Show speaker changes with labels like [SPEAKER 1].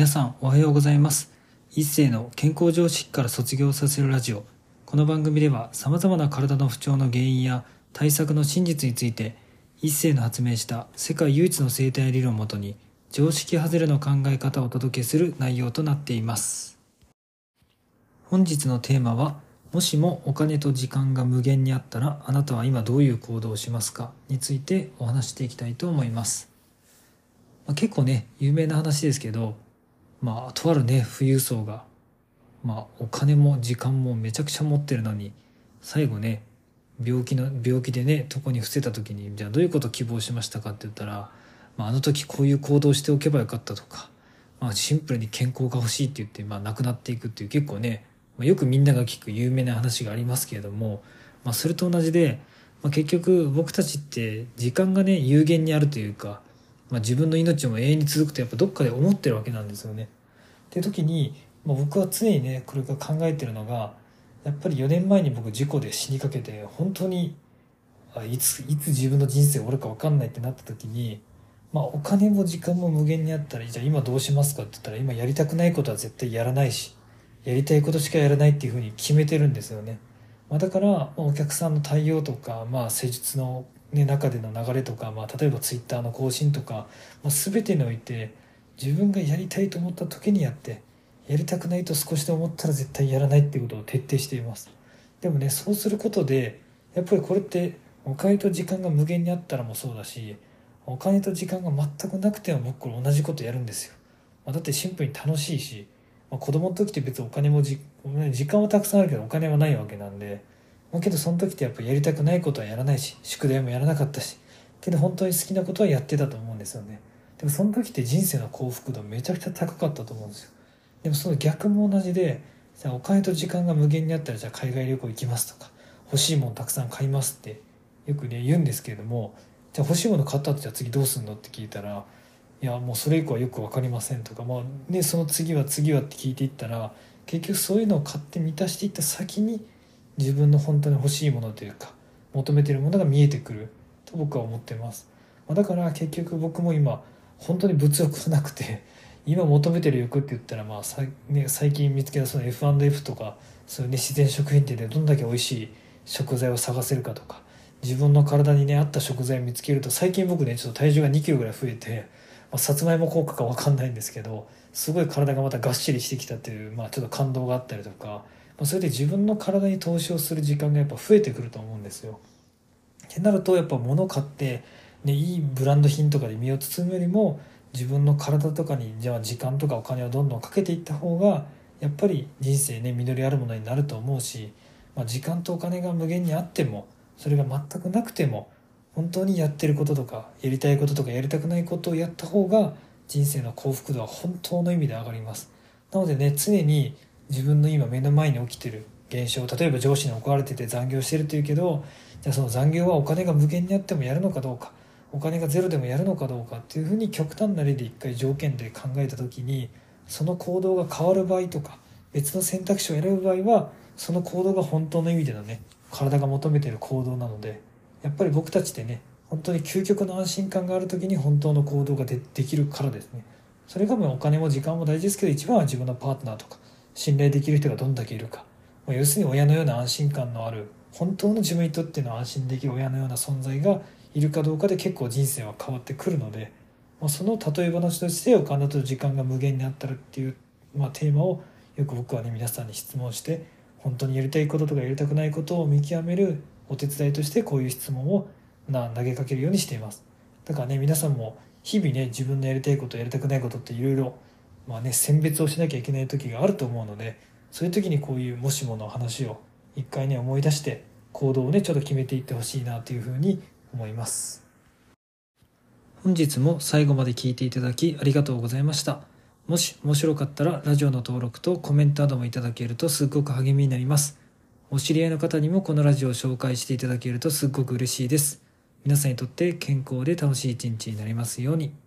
[SPEAKER 1] 皆さんおはようございます。一世の健康常識から卒業させるラジオ。この番組では様々な体の不調の原因や対策の真実について、一世の発明した世界唯一の生態理論をもとに常識外れの考え方をお届けする内容となっています。本日のテーマは、もしもお金と時間が無限にあったらあなたは今どういう行動をしますかについてお話していきたいと思います。結構ね、有名な話ですけど、とあるね富裕層が、お金も時間もめちゃくちゃ持ってるのに、最後ね病気でね床に伏せた時に、じゃあどういうことを希望しましたかって言ったら、あの時こういう行動をしておけばよかったとか、シンプルに健康が欲しいって言って、亡くなっていくっていう、結構ね、よくみんなが聞く有名な話がありますけれども、それと同じで、結局僕たちって時間がね有限にあるというか、自分の命も永遠に続くとやっぱどっかで思ってるわけなんですよね。っていう時に、僕は常にねこれから考えてるのが、やっぱり4年前に僕事故で死にかけて、本当にいつ自分の人生終わるか分かんないってなった時に、お金も時間も無限にあったら、じゃあ今どうしますかって言ったら、今やりたくないことは絶対やらないし、やりたいことしかやらないっていうふうに決めてるんですよね。だからお客さんの対応とか、施術の、中での流れとか、例えばツイッターの更新とか、全てにおいて自分がやりたいと思った時にやって、やりたくないと少しで思ったら絶対やらないっていうことを徹底しています。でもね、そうすることでやっぱりこれってお金と時間が無限にあったらもそうだし、お金と時間が全くなくても僕これ同じことやるんですよ。だってシンプルに楽しいし、子供の時って別にお金も時間はたくさんあるけどお金はないわけなんで、けどその時ってやっぱやりたくないことはやらないし、宿題もやらなかったし、けど本当に好きなことはやってたと思うんですよね。でもその時って人生の幸福度めちゃくちゃ高かったと思うんですよ。でもその逆も同じで、じゃあお金と時間が無限にあったら、じゃあ海外旅行行きますとか、欲しいものたくさん買いますってよくね言うんですけれども、じゃあ欲しいもの買った後、じゃあ次どうすんのって聞いたら、いやもうそれ以降はよく分かりませんとか、その次はって聞いていったら、結局そういうのを買って満たしていった先に自分の本当に欲しいものというか求めているものが見えてくると僕は思ってます。だから結局僕も今本当に物欲がなくて、今求めてる欲って言ったら、最近見つけたその F&F とか、そういうね自然食品店でどんだけ美味しい食材を探せるかとか、自分の体にね合った食材を見つけると、最近僕ねちょっと体重が2キロぐらい増えて、さつまいも効果か分かんないんですけど、すごい体がまたがっしりしてきたっていう、ちょっと感動があったりとか、それで自分の体に投資をする時間がやっぱ増えてくると思うんですよ。ってなるとやっぱ物を買って、いいブランド品とかで身を包むよりも、自分の体とかにじゃあ時間とかお金をどんどんかけていった方がやっぱり人生ね実りあるものになると思うし、時間とお金が無限にあっても、それが全くなくても、本当にやってることとかやりたいこととかやりたくないことをやった方が人生の幸福度は本当の意味で上がります。なのでね、常に自分の今目の前に起きてる現象、例えば上司に怒られてて残業してるっていうけど、じゃあその残業はお金が無限にあってもやるのかどうか、お金がゼロでもやるのかどうかっていうふうに極端な例で一回条件で考えた時に、その行動が変わる場合とか別の選択肢を選ぶ場合は、その行動が本当の意味でのね体が求めている行動なので、やっぱり僕たちってね本当に究極の安心感がある時に本当の行動ができるからですね。それがお金も時間も大事ですけど、一番は自分のパートナーとか信頼できる人がどんだけいるか、要するに親のような安心感のある、本当の自分にとっての安心できる親のような存在がいるかどうかで結構人生は変わってくるので、その例え話としてお金と時間が無限にあったらっていう、テーマをよく僕はね皆さんに質問して、本当にやりたいこととかやりたくないことを見極めるお手伝いとしてこういう質問を投げかけるようにしています。だからね、皆さんも日々ね自分のやりたいことやりたくないことっていろいろ選別をしなきゃいけない時があると思うので、そういう時にこういうもしもの話を一回ね思い出して行動をねちょっと決めていってほしいなというふうに思います。本日も最後まで聞いていただきありがとうございました。もし面白かったらラジオの登録とコメントなどもいただけるとすっごく励みになります。お知り合いの方にもこのラジオを紹介していただけるとすっごく嬉しいです。皆さんにとって健康で楽しい一日になりますように。